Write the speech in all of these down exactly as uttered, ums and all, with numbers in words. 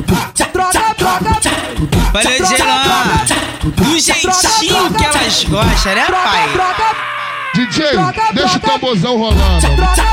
Valeu, Gelan. Do jeitinho que elas gostam, né, pai? D J, deixa o tamborzão rolando.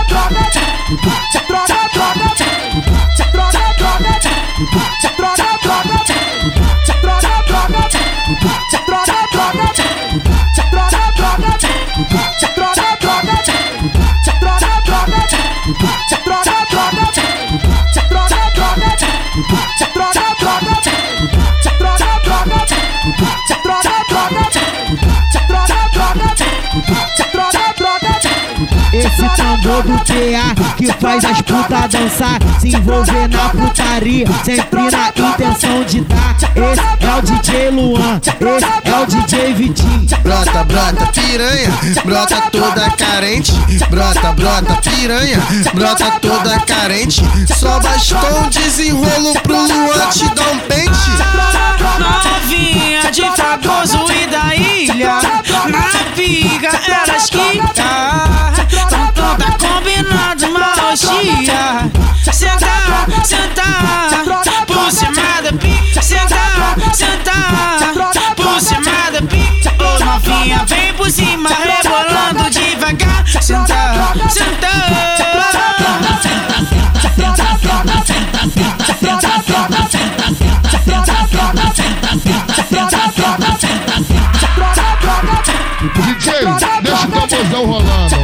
Esse tambor do T A que faz as putas dançar, se envolver na putaria, sempre na intenção de dar. Esse é o D J Luan, esse é o D J Vitinho. Brota, brota, piranha, brota toda carente. Brota, brota, piranha, brota toda carente. Só bastou um desenrolo pro Luan te dar um pente. Novinha de Fragoso e da ilha, na pica elas quicam. Então tá combinado, maoxia. Sentar, sentar, por cima da pica. Sentar, sentar, por cima da pica. Ô novinha, vem por cima, rebolando devagar. Sentar, sentar. D J, deixa o tamborzão rolando.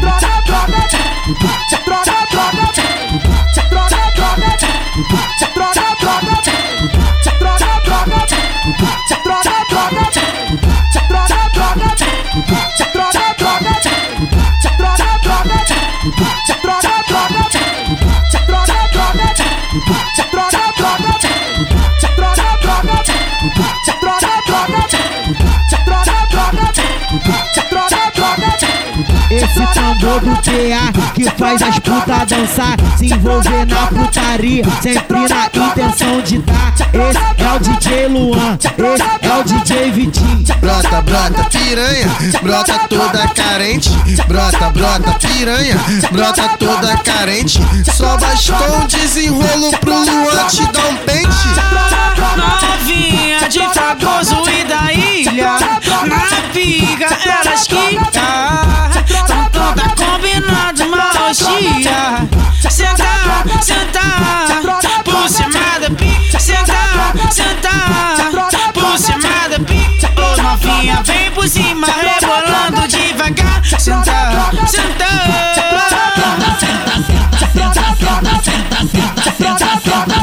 Esse tambor do T A que faz as putas dançar, se envolver na putaria, sempre na intenção de dar. Esse é o D J Luan, esse é o D J Vitinho. Brota, brota, piranha, brota toda carente. Brota, brota, piranha, brota toda carente. Só bastou um desenrolo pro Luan te dar um pente. Novinha de Fragoso e da ilha, na pica elas quicam. Então tá combinado, maoxia. Sentar, sentar, por cima da pica. Sentar, sentar, por cima da pica. Ô novinha, vem por cima, rebolando devagar. Sentar, sentar.